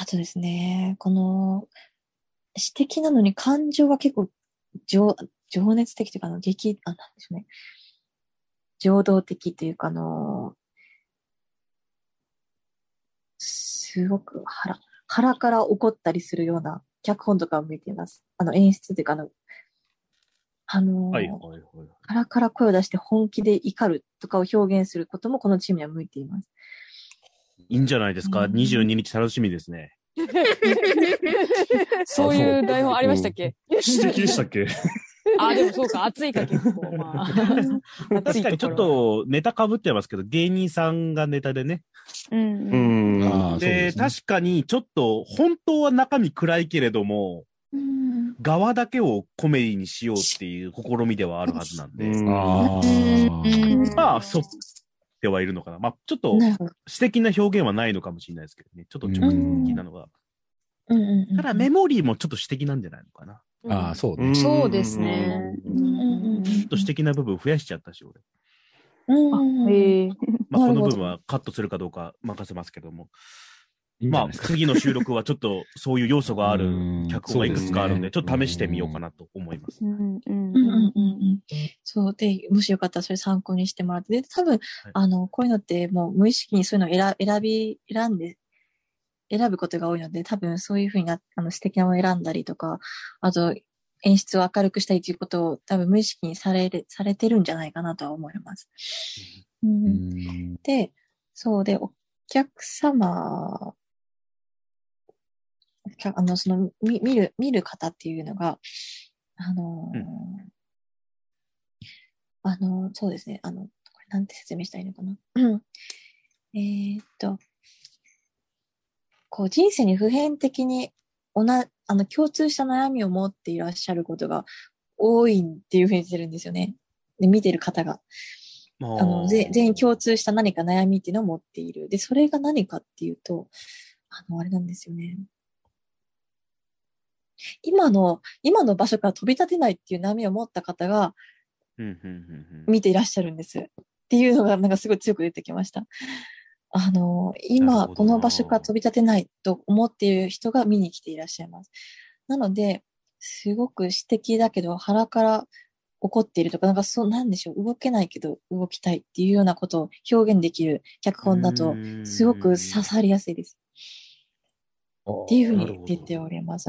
とですね、この、詩的なのに感情が結構、情熱的というか、なんでしょうね。情動的というか、すごく腹から怒ったりするような脚本とかを向いています。演出というか、 はいはいはい。 腹から声を出して本気で怒るとかを表現することもこのチームには向いています。 いいんじゃないですか。22日楽しみですね。 そういう台本ありましたっけ？ 詩的でしたっけ？ でもそうか、暑いか結構、まあ。 確かにちょっとネタ被ってますけど、芸人さんがネタでね。で、確かにちょっと本当は中身暗いけれども、側だけをコメディにしようっていう試みではあるはずなんで。まあ、そってはいるのかな。まあ、ちょっと詩的な表現はないのかもしれないですけどね。ちょっと直的なのが。ただメモリーもちょっと詩的なんじゃないのかな。 そうね。そうですね。 ちょっと詩的な部分増やしちゃったし、俺。まあ、この部分はカットするかどうか任せますけども。まあ、次の収録はちょっとそういう要素がある脚本がいくつかあるんで、ちょっと試してみようかなと思います。 そうで、もしよかったらそれ参考にしてもらって、で、多分、こういうのってもう無意識にそういうのを選ぶことが多いので、多分そういうふうに詩的なものを選んだりとか、あと、演出を明るくしたいということを多分無意識にされてるんじゃないかなとは思います。で、そうで、お客様、見る方っていうのが、そうですね、これなんて説明したらいいのかな。こう人生に普遍的に共通した悩みを持っていらっしゃることが多いっていうふうに言ってるんですよね。で、見てる方が。全員共通した何か悩みっていうのを持っている。で、それが何かっていうと、あれなんですよね。今の場所から飛び立てないっていう悩みを持った方が、見ていらっしゃるんです。っていうのがなんかすごい強く出てきました。今この場所から飛び立てないと思っている人が見に来ていらっしゃいます。なので、すごく詩的だけど腹から怒っているとか、なんかなんでしょう、動けないけど動きたいっていうようなことを表現できる脚本だと、すごく刺さりやすいです。っていうふうに出ております。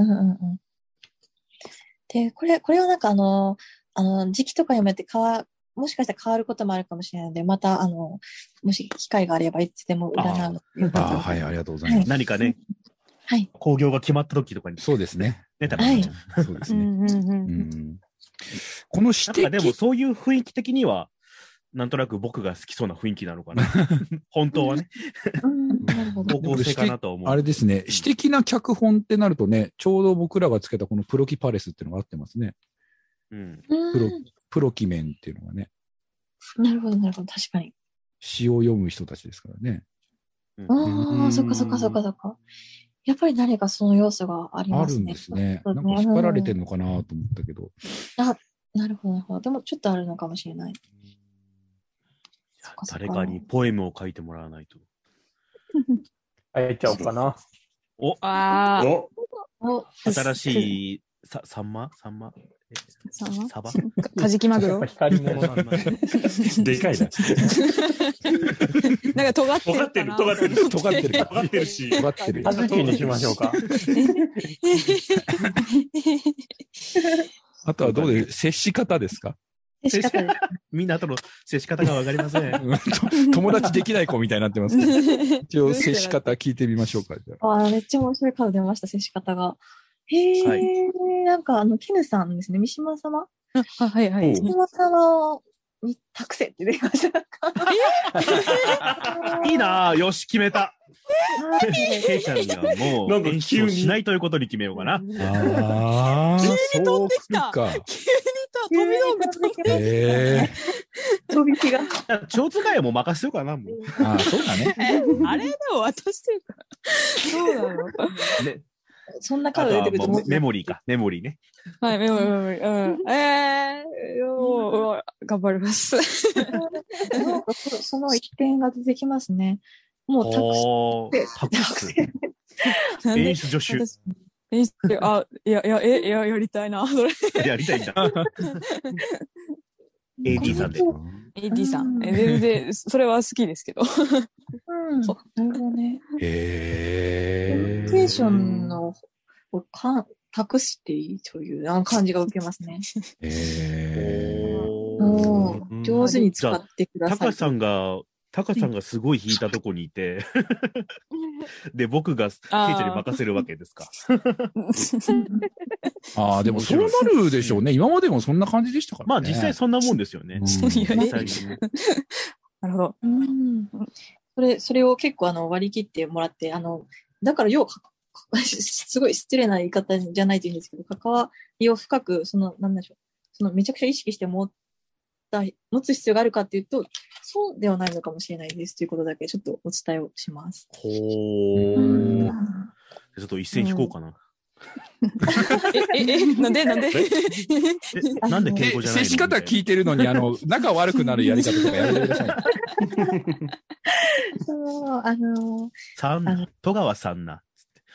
で、これはなんか時期とかによってもしかしたら変わることもあるかもしれないので、また、もし機会があればいつでも占うということで。 はい、ありがとうございます。 何かね、興行が決まった時とかに。 そうですね。そうですね。 この詩的。なんかでもそういう雰囲気的には、なんとなく僕が好きそうな雰囲気なのかな。本当はね。方向性かなと思う。 あれですね。詩的な脚本ってなるとね、ちょうど僕らがつけたこのプロキパレスっていうのが合ってますね。プロキメンっていうのがね。 なるほど、なるほど。確かに。 詩を読む人たちですからね。 そっかそっかそっかそっか。やっぱり何かその要素がありますね。 あるんですね。なんか引っ張られてるのかなと思ったけど。 なるほど、なるほど。でもちょっとあるのかもしれない。 誰かにポエムを書いてもらわないと。 書いちゃおうかな。 新しい、サンマサバカジキマグロ光り物なんだ。 でかいな。 なんか尖ってるし。尖ってる。 カジキにしましょうか。 あとはどうで接し方ですか？ みんなとの接し方がわかりません。友達できない子みたいになってますけど。一応接し方聞いてみましょうか。 めっちゃ面白いカード出ました、接し方が。なんかキヌさんですね、三島様。 はいはい。 三島様に託せって出ました。 いいなぁ、よし、決めた。ケイちゃんがもう演出をしないということに決めようかな。 急に飛んできた。急に飛び道具飛んできた。 飛び火が。 蝶使いも任せようかな、もう。 そうだね。 あれでも渡してるから。そうなの。 ね。そんなカード出てくるとメモリーか、メモリーね。 はい、メモリー。頑張ります。 その一点が出てきますね。 もうタクシー。演出助手。 演出、やりたいな、それ。 やりたいんだ。AD さんで。 AD さん。全然、それは好きですけど。 うん。なるほどね。コミュニケーションの、託していいという感じが受けますね。上手に使ってください。 タカさんがすごい弾いたとこにいて、で、僕がケイちゃんに任せるわけですか。 でもそうなるでしょうね。今までもそんな感じでしたからね。 まあ実際そんなもんですよね。 なるほど。 それを結構割り切ってもらって、だからすごい失礼な言い方じゃないといいんですけど、関わりを深く、なんでしょう。めちゃくちゃ意識して持つ必要があるかっていうと、そうではないのかもしれないですということだけちょっとお伝えをします。 ちょっと一線引こうかな。 なんでなんで敬語じゃないの？ 接し方聞いてるのに、仲悪くなるやり方とかやめてください。 戸川さんな。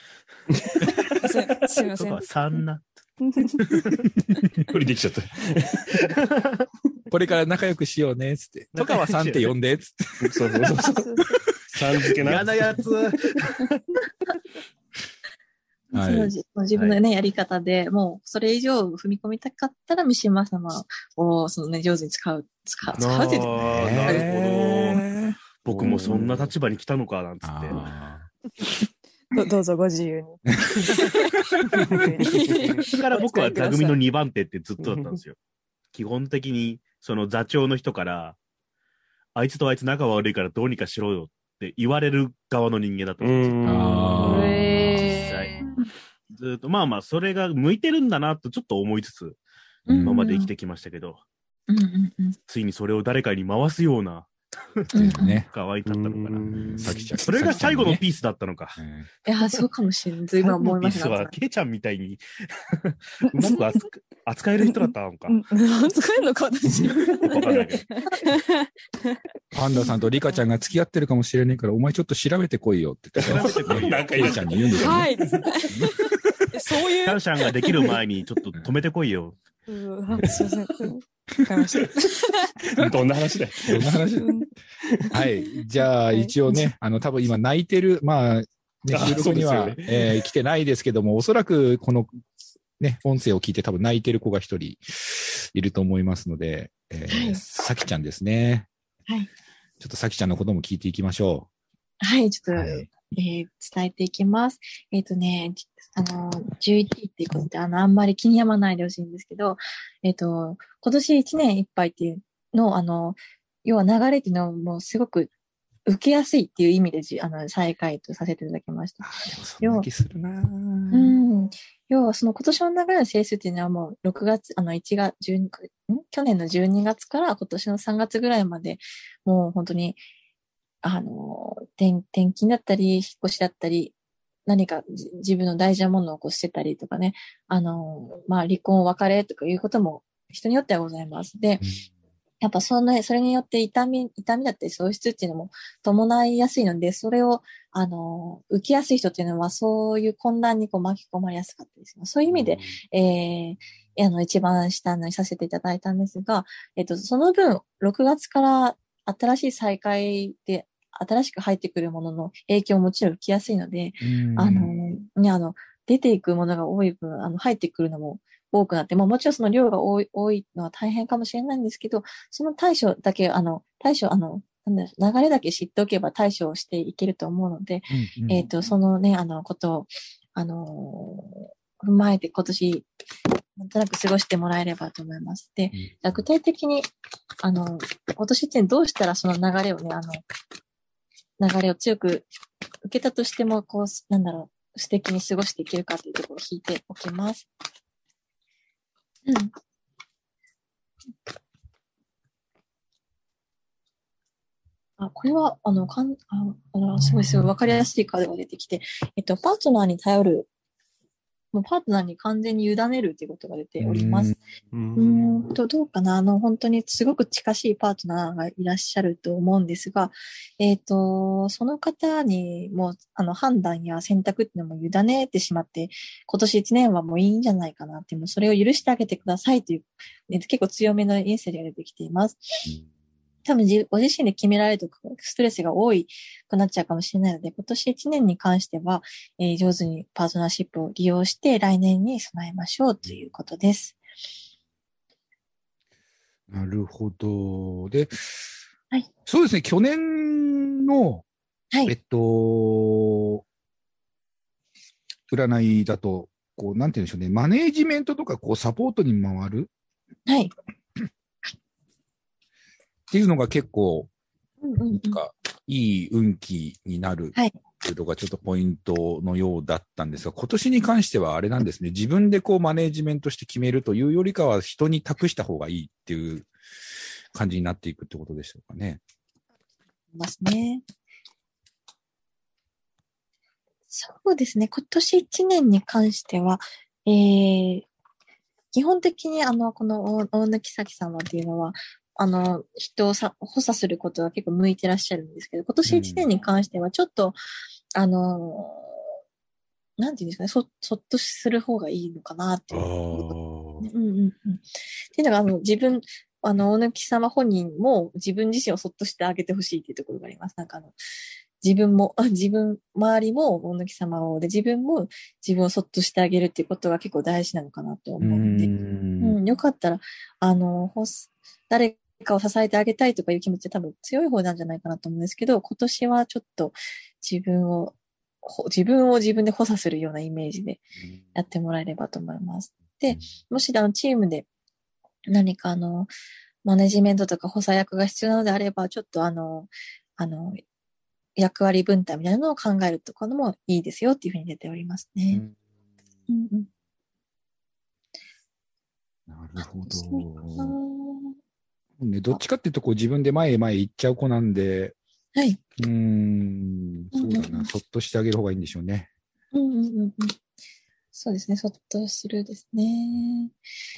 すいません。 戸川さんな。 無理できちゃった。 これから仲良くしようね、つって。戸川さんって呼んで、つって。 そう。さん付けな。 嫌なやつ。 自分のね、やり方で、もう、それ以上踏み込みたかったら、三島様を、上手に使うっていう。なるほど。僕もそんな立場に来たのか、なんつって。 どうぞご自由に。 だから僕は座組の2番手ってずっとだったんですよ。基本的に、その座長の人から、あいつとあいつ仲悪いからどうにかしろよって言われる側の人間だったんですよ。実際。ずっと、まあ、それが向いてるんだなとちょっと思いつつ、今まで生きてきましたけど、ついにそれを誰かに回すような、可愛かったのかな。それが最後のピースだったのか。 いや、そうかもしれない。今思いました。 ピースは、ケイちゃんみたいにうまく扱える人だったのか。 扱えるのか、私。 わかんないけど。 パンダさんとリカちゃんが付き合ってるかもしれないから、お前ちょっと調べてこいよって言って。 調べてこいよ。 なんかケイちゃんに言うんですよね。 はい。そういう。 シャンシャンができる前にちょっと止めてこいよ。 すいません。わかりました。 どんな話だよ。 どんな話だよ。はい。じゃあ、一応ね、多分今泣いてる、まあ、ね、収録には、来てないですけども、おそらくこの、ね、音声を聞いて多分泣いてる子が一人いると思いますので、さきちゃんですね。 はい。 ちょっとさきちゃんのことも聞いていきましょう。はい、ちょっと、伝えていきます。11っていうことで、あんまり気に病まないでほしいんですけど、今年1年いっぱいっていうの、要は流れっていうのをもうすごく受けやすいっていう意味で、再開とさせていただきました。 でもそんな気するな要はその今年の流れの整数っていうのはもう6月、去年の12月から今年の3月ぐらいまで、もう本当に、転勤だったり、引っ越しだったり、何か自分の大事なものをこうしてたりとかね、離婚、別れとかいうことも人によってはございます。で、やっぱそれによって痛みだったり喪失っていうのも伴いやすいので、それを、受けやすい人っていうのはそういう混乱にこう巻き込まれやすかったですよ。そういう意味で、一番下にさせていただいたんですが、その分、6月から新しい再開で、新しく入ってくるものの影響ももちろん受けやすいので、出ていくものが多い分、入ってくるのも多くなって、もちろんその量が多いのは大変かもしれないんですけど、その対処だけ、流れだけ知っておけば対処をしていけると思うので、そのね、ことを、踏まえて今年、なんとなく過ごしてもらえればと思います。で、具体的に、今年ってどうしたらその流れをね、流れを強く受けたとしても、こう、素敵に過ごしていけるかというところを引いておきます。これは、すごいわかりやすいカードが出てきて、パートナーに頼るもうパートナーに完全に委ねるということが出ております。どうかな本当にすごく近しいパートナーがいらっしゃると思うんですが、その方にも判断や選択っていうのも委ねてしまって、今年1年はもういいんじゃないかなっていう、それを許してあげてくださいという、結構強めのメッセージが出てきています。多分ご自身で決められるとストレスが多くなっちゃうかもしれないので、今年1年に関しては、上手にパートナーシップを利用して来年に備えましょうということです。 なるほど。で、 はい、 そうですね、去年の、 はい、 占いだと、こう、なんて言うんでしょうね、マネージメントとか、こう、サポートに回る。 はい。 っていうのが結構、いい運気になるっていうのがちょっとポイントのようだったんですが、今年に関してはあれなんですね、自分でこうマネージメントして決めるというよりかは人に託した方がいいっていう感じになっていくってことでしょうかね。 ますね。そうですね、今年1年に関しては、基本的にこの大貫咲様っていうのは、人を補佐することは結構向いてらっしゃるんですけど、今年1年に関してはちょっと、なんていうんですかね、そっとする方がいいのかなっていう。っていうのが、大貫様本人も自分自身をそっとしてあげてほしいっていうところがあります。なんか周りも大貫様をで、自分も自分をそっとしてあげるっていうことが結構大事なのかなと思うので、よかったら、誰かを支えてあげたいとかいう気持ちは多分強い方なんじゃないかなと思うんですけど、今年はちょっと自分を自分で補佐するようなイメージでやってもらえればと思います。で、もしチームで何かマネジメントとか補佐役が必要なのであれば、ちょっと役割分担みたいなのを考えるとかのもいいですよっていうふうに出ておりますね。 なるほど。ね、どっちかっていうとこう自分で前へ行っちゃう子なんで、 はい。 そうだな、そっとしてあげる方がいいんでしょうね。 そうですね、そっとするですね。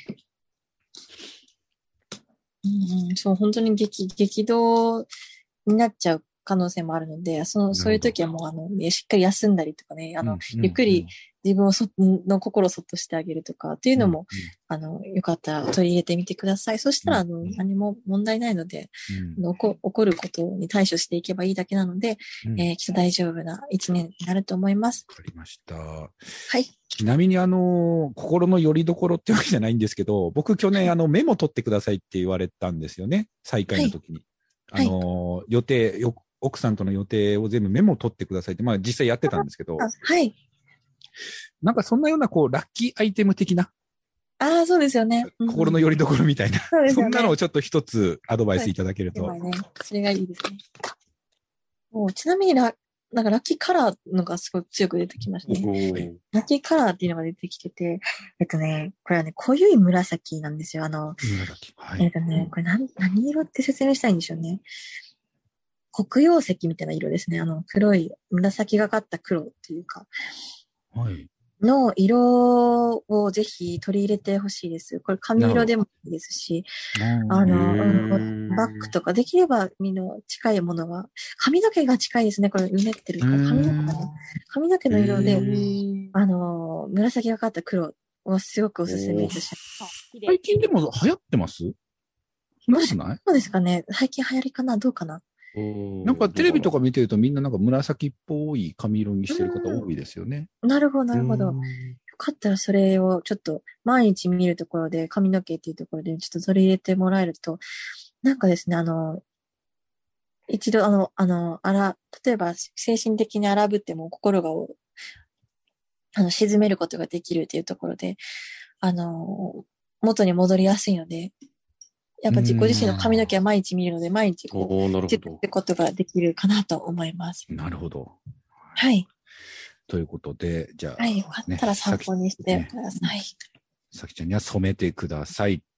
そう、本当に激動になっちゃう可能性もあるので、そういう時はもうしっかり休んだりとかね、ゆっくり自分の心をそっとしてあげるとかっていうのも、よかったら取り入れてみてください。そしたら、何も問題ないので、起こることに対処していけばいいだけなので、きっと大丈夫な一年になると思います。 わかりました。はい。 ちなみに心の拠り所ってわけじゃないんですけど、僕去年メモ取ってくださいって言われたんですよね。再会の時に。予定、奥さんとの予定を全部メモ取ってくださいって、まあ実際やってたんですけど。 はい。 なんかそんなようなこう、ラッキーアイテム的な。 ああ、そうですよね。 心の拠り所みたいな。 そうですよね。 そんなのをちょっと一つアドバイスいただけると。 それがいいですね。ちなみになんかラッキーカラーのがすごい強く出てきましたね。ラッキーカラーっていうのが出てきてて、これはね、濃い紫なんですよ。 紫。はい。 これ何色って説明したいんでしょうね。黒曜石みたいな色ですね。黒い、紫がかった黒っていうか。 はい。 の色をぜひ取り入れてほしいです。これ髪色でもいいですし、バッグとかできれば近いものが、髪の毛が近いですね。これうねってるから髪の毛の色で、紫がかった黒をすごくおすすめです。 最近でも流行ってます？そんなことない？ そうですかね。最近流行りかな？どうかな？ なんかテレビとか見てるとみんななんか紫っぽい髪色にしてる方多いですよね。 なるほど、なるほど。よかったらそれをちょっと毎日見るところで髪の毛っていうところでちょっと取り入れてもらえると、なんかですね、一度例えば精神的に荒ぶっても心が沈めることができるっていうところで、元に戻りやすいので、やっぱご自身の髪の毛は毎日見るので、毎日チェックすることができるかなと思います。 なるほど。 はい。 ということで、じゃあ。 はい、よかったら参考にしてください。 さきちゃんには染めてください。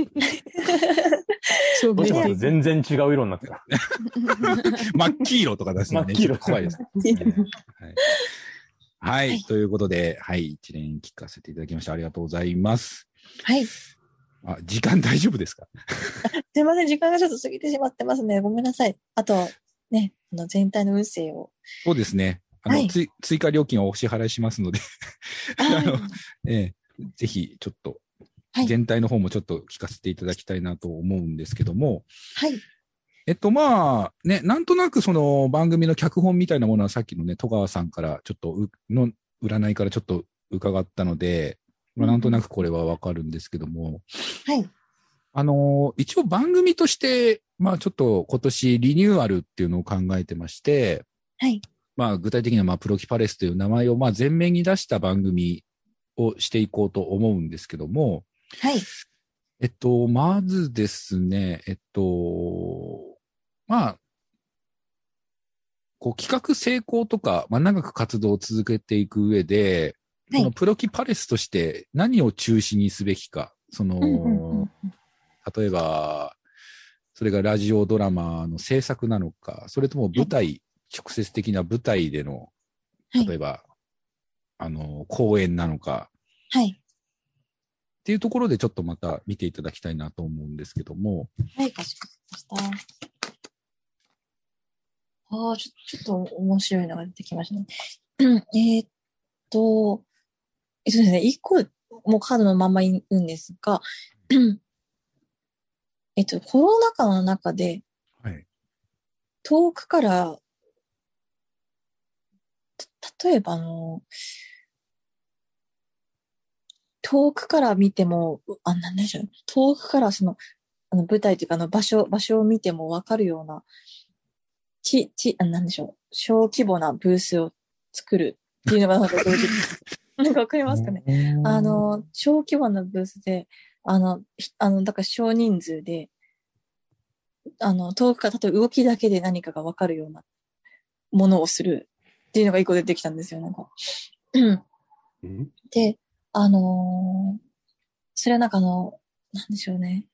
全然違う色になってた。 真っ黄色とか出すのね。 真っ黄色。 怖いです。 はい。ということで、はい。一連聞かせていただきました。ありがとうございます。 はい。 時間大丈夫ですか？ すいません。時間がちょっと過ぎてしまってますね。ごめんなさい。あと、ね、全体の運勢を。 そうですね。はい、追加料金をお支払いしますのでぜひ、ちょっと、全体の方もちょっと聞かせていただきたいなと思うんですけども。 はい。 まあ、ね、なんとなくその番組の脚本みたいなものはさっきのね、戸川さんからちょっとの占いからちょっと伺ったので、まあ、なんとなくこれはわかるんですけども。 はい。 一応番組として、まあちょっと今年リニューアルっていうのを考えてまして、 はい。 まあ具体的にはまあプロキパレスという名前をまあ前面に出した番組をしていこうと思うんですけども。 はい。 まずですね、まあ、こう企画成功とか、まあ長く活動を続けていく上で、このプロキパレスとして何を中心にすべきか、例えば、それがラジオドラマの制作なのか、それとも舞台、直接的な舞台での、例えば、公演なのか、 はい。 っていうところでちょっとまた見ていただきたいなと思うんですけども。 はい、かしこまりました。ちょっと面白いのが出てきましたね。ですね、一個、もうカードのまんま言うんですが、コロナ禍の中で、 はい、 遠くから、例えば遠くから見ても、なんでしょう、遠くから舞台というか場所を見てもわかるような、なんでしょう、小規模なブースを作るっていうのがなんかわかりますかね。小規模なブースで、だから少人数で、遠くから例えば動きだけで何かがわかるようなものをするっていうのが一個出てきたんですよ、なんか。で、それはなんかなんでしょうね。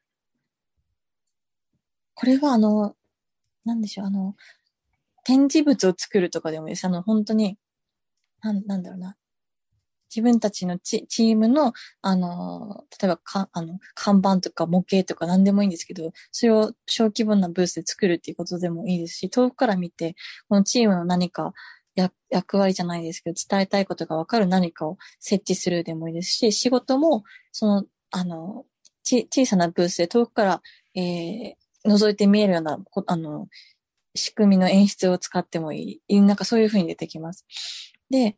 これはなんでしょう、展示物を作るとかでもいいです。本当に、なんだろうな。自分たちのチームの、例えば看板とか模型とか何でもいいんですけど、それを小規模なブースで作るっていうことでもいいですし、遠くから見て、このチームの何か役割じゃないですけど、伝えたいことがわかる何かを設置するでもいいですし、仕事も、小さなブースで遠くから、覗いて見えるような、仕組みの演出を使ってもいい。なんかそういう風に出てきます。で、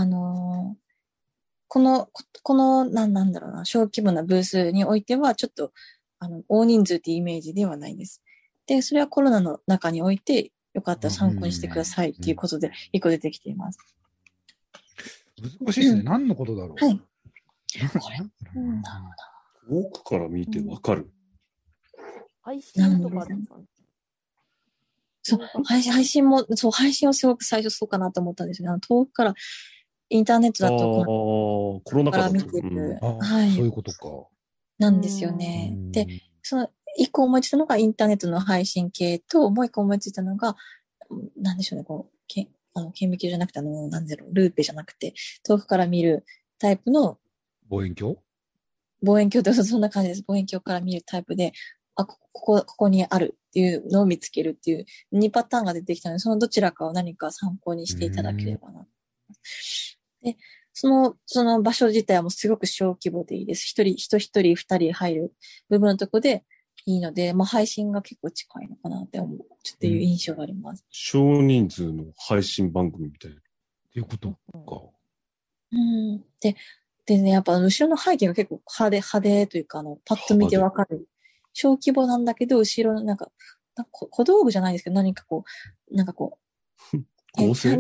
この、なんだろうな、小規模なブースにおいては、ちょっと、大人数っていうイメージではないです。で、それはコロナの中において、よかったら参考にしてくださいっていうことで、一個出てきています。 難しいですね。何のことだろう。 はい。これ、なんだろうな。遠くから見てわかる。 配信とかですかね。 そう、配信も、そう、配信はすごく最初そうかなと思ったんですよね。遠くから、インターネットだと、 コロナ禍から見てる。 はい。そういうことか。 なんですよね。で、一個思いついたのがインターネットの配信系と、もう一個思いついたのが、なんでしょうね、顕微鏡じゃなくて、なんだろう、ルーペじゃなくて、遠くから見るタイプの、 望遠鏡ってそんな感じです。望遠鏡から見るタイプで、ここにあるっていうのを見つけるっていう2パターンが出てきたので、そのどちらかを何か参考にしていただければな。で、その場所自体はもうすごく小規模でいいです。人一人二人入る部分のとこでいいので、まあ配信が結構近いのかなって思う。ちょっという印象があります。 少人数の配信番組みたいな。 っていうことか。 でね、やっぱ後ろの背景が結構派手というか、パッと見てわかる。小規模なんだけど、後ろのなんか小道具じゃないですけど、何かこう、 合成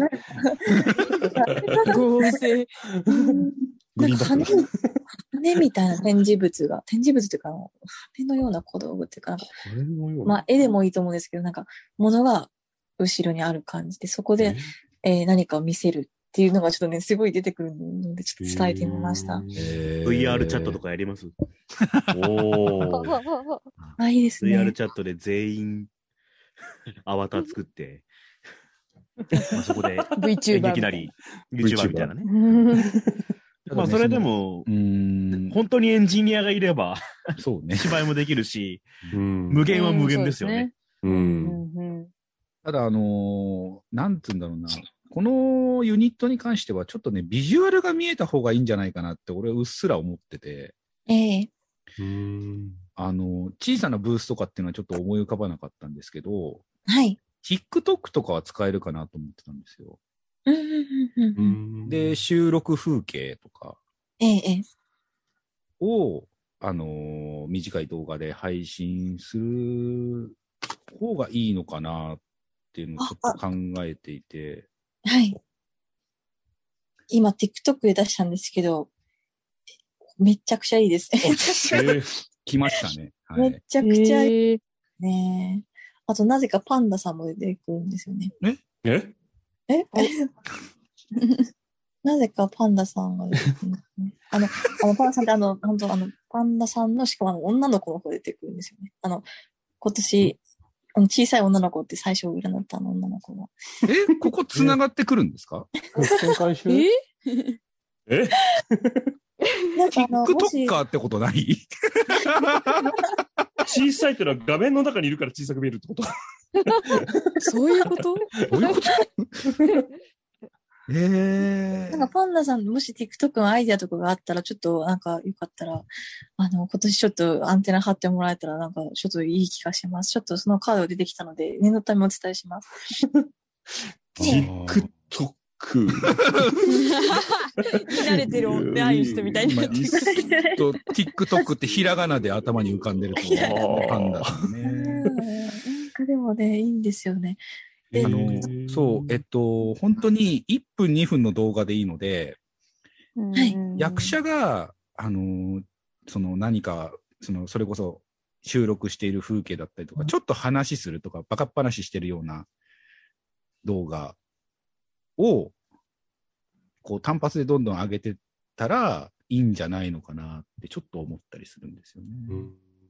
合成。 なんか羽みたいな展示物というか、羽のような小道具っていうか、まあ絵でもいいと思うんですけど、なんか物が後ろにある感じで、そこで、何かを見せるっていうのがちょっとね、すごい出てくるので、ちょっと伝えてみました。 VR チャットとかやります？ おー。 いいですね。 VR チャットで全員アバター作って。 まあ、そこで、 VTuber いきなり YouTuber みたいなね。まあ、それでも、本当にエンジニアがいれば、 そうね。 芝居もできるし、無限は無限ですよね。 ただ、なんつうんだろうな。このユニットに関しては、ちょっとね、ビジュアルが見えた方がいいんじゃないかなって、俺はうっすら思ってて。小さなブースとかっていうのはちょっと思い浮かばなかったんですけど、 はい。 TikTok とかは使えるかなと思ってたんですよ。で、収録風景とかを、短い動画で配信する方がいいのかなっていうのをちょっと考えていて。 はい。今 TikTok で出したんですけど、めちゃくちゃいいです。 来ましたね。 はい、めちゃくちゃいいね。あと、なぜかパンダさんも出てくるんですよね。なぜかパンダさんが出てくるんですね。パンダさんって本当パンダさんの、しかも女の子の方出てくるんですよね。今年、小さい女の子って最初占った女の子が。 ここ繋がってくるんですかTikToker ってことない小さいってのは画面の中にいるから小さく見えるってことそういうことなんかパンダさん、もし TikTok のアイディアとかがあったら、ちょっとなんかよかったら、今年ちょっとアンテナ張ってもらえたら、なんかちょっといい気がします。ちょっとそのカード出てきたので、念のためお伝えします。 TikTok。 慣れてる女ああいう人みたいになってる。 TikTok ってひらがなで頭に浮かんでると思う。パンダさんね。 なんかでもね、いいんですよね。 そう、本当に1分2分の動画でいいので、役者が、何か、それこそ収録している風景だったりとか、ちょっと話するとか、バカっ話してるような動画を、こう単発でどんどん上げてたらいいんじゃないのかなってちょっと思ったりするんですよね。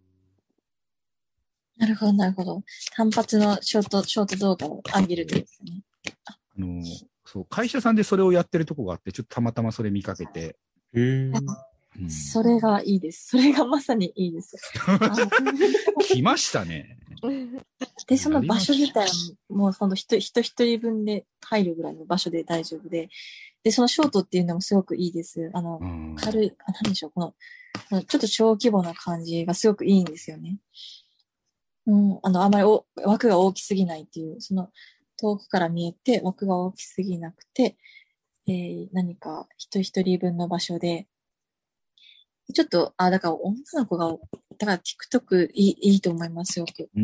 なるほど、なるほど。単発のショート動画を上げるんですね。 そう、会社さんでそれをやってるとこがあって、ちょっとたまたまそれ見かけて。 それがいいです。それがまさにいいです。 来ましたね。 で、その場所自体はもうほんと人一人分で入るぐらいの場所で大丈夫で、で、そのショートっていうのもすごくいいです。軽い、何でしょう、ちょっと小規模な感じがすごくいいんですよね。あまり枠が大きすぎないっていう、遠くから見えて枠が大きすぎなくて、何か人一人分の場所で、ちょっと、だから女の子が、だから TikTok いいと思います、よく。な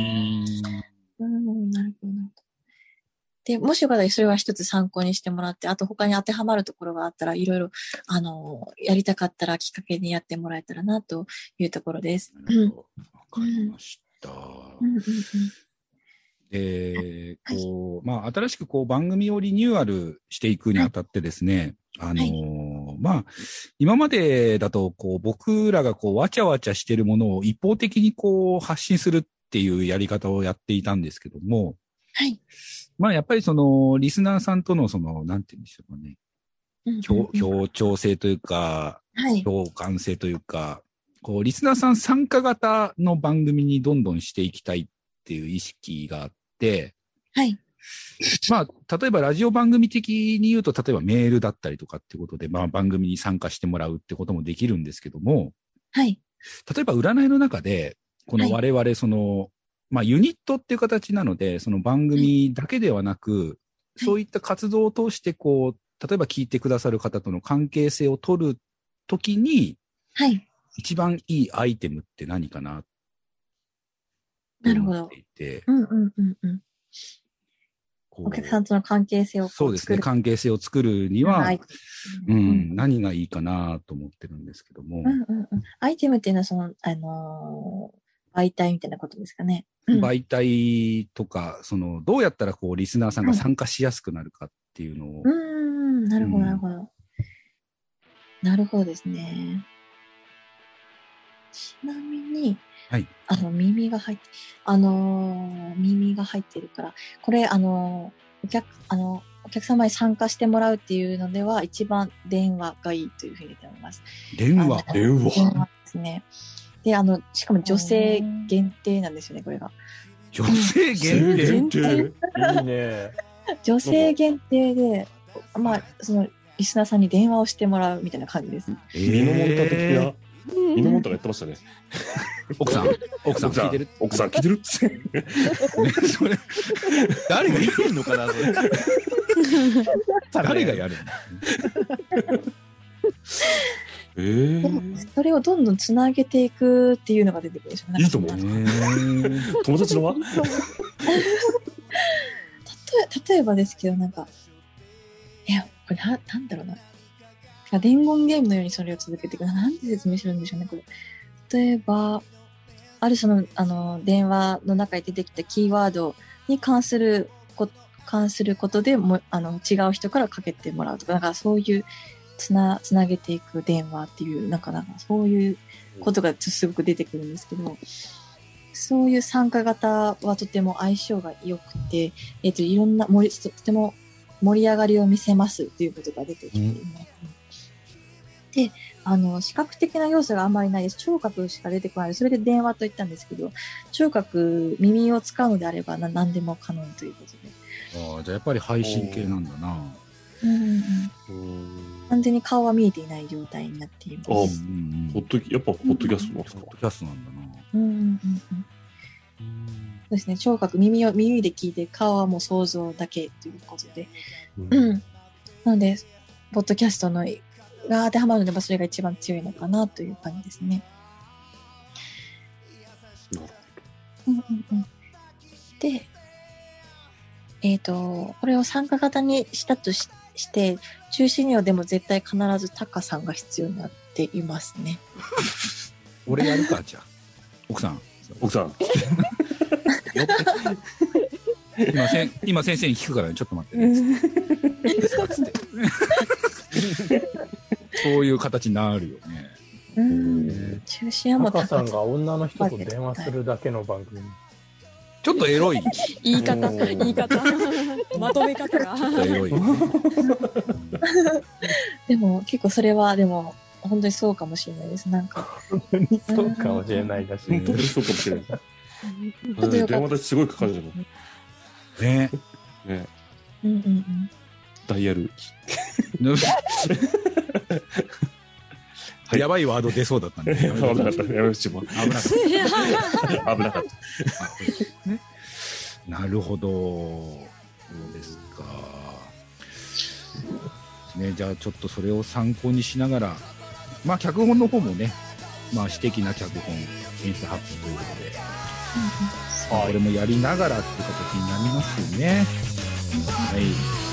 るほど。で、もしよかったらそれは一つ参考にしてもらって、あと他に当てはまるところがあったら、いろいろ、やりたかったらきっかけにやってもらえたらな、というところです。 わかりました。新しく番組をリニューアルしていくにあたってですね、今までだと、僕らがわちゃわちゃしてるものを一方的に発信するっていうやり方をやっていたんですけども、 はい。 やっぱりリスナーさんとのなんて言うんでしょうかね、協調性というか、共感性というか、リスナーさん参加型の番組にどんどんしていきたいっていう意識があって、 はい。 例えばラジオ番組的に言うと、例えばメールだったりとかってことで、番組に参加してもらうってこともできるんですけども、 はい。 例えば占いの中で、この我々ユニットっていう形なので、その番組だけではなく、そういった活動を通して、例えば聞いてくださる方との関係性を取るときに、 はい。 一番いいアイテムって何かななるほど。お客さんとの関係性をそうですね。関係性を作るには、何がいいかなと思ってるんですけども。 アイテムっていうのは媒体みたいなことですかね。 媒体とか、どうやったらリスナーさんが参加しやすくなるかっていうのを。 なるほど、なるほど。なるほどですね。ちなみに、 はい。 耳が入ってるから、これ、 お客様に参加してもらうっていうのでは、一番電話がいいというふうに言っております。 電話ですね。で、しかも女性限定なんですよね、これが。 女性限定いいね。 女性限定で、まあ、その、リスナーさんに電話をしてもらうみたいな感じです。 ミノモンタ的な。ミノモンタがやってましたね。 奥さん聞いてる？ 奥さん聞いてる？ それ誰が言うのかな、それ。誰がやるの？それをどんどんつなげていくっていうのが出てくるでしょ。 いいと思う。友達の輪？ 例えばですけど、なんか、いや、これなんだろうな。伝言ゲームのようにそれを続けていく。なんて説明するんでしょうね、これ。例えば、ある電話の中に出てきたキーワードに関することでも、違う人からかけてもらうとか、なんかそういうつなげていく電話っていう、なんかそういうことがすごく出てくるんですけど、そういう参加型はとても相性が良くて、いろんなとても盛り上がりを見せますということが出てきています。で、視覚的な要素があんまりないです。聴覚しか出てこない。それで電話と言ったんですけど、聴覚、耳を使うのであれば何でも可能ということで。 ああ、じゃあやっぱり配信系なんだな。 完全に顔は見えていない状態になっています。 やっぱポッドキャストなんですか？ ポッドキャストなんだな。 そうですね。聴覚、耳で聞いて、顔はもう想像だけということで。なので、ポッドキャストが当てはまるので、それが一番強いのかなという感じですね。で、これを参加型にしたとして、中心にはでも絶対必ずタカさんが必要になっていますね。 俺やるか、じゃあ。奥さん。今先生に聞くからね、ちょっと待ってね。そういう形になるよね。 中心はもうタカさんが女の人と電話するだけの番組。 ちょっとエロい。 言い方。まとめ方が。ちょっとエロい。 でも結構それはでも本当にそうかもしれないです。なんか。 本当にそうかもしれないだし。 本当にそうかもしれない。電話代すごいかかるじゃない。 ね。 ダイヤル。 やばいワード出そうだったんで。 危なかった。危なかった。 なるほど。そうですか。ね、じゃあちょっとそれを参考にしながら、まあ脚本の方もね、まあ私的な脚本演出発表ということで、これもやりながらって形になりますよね。はい。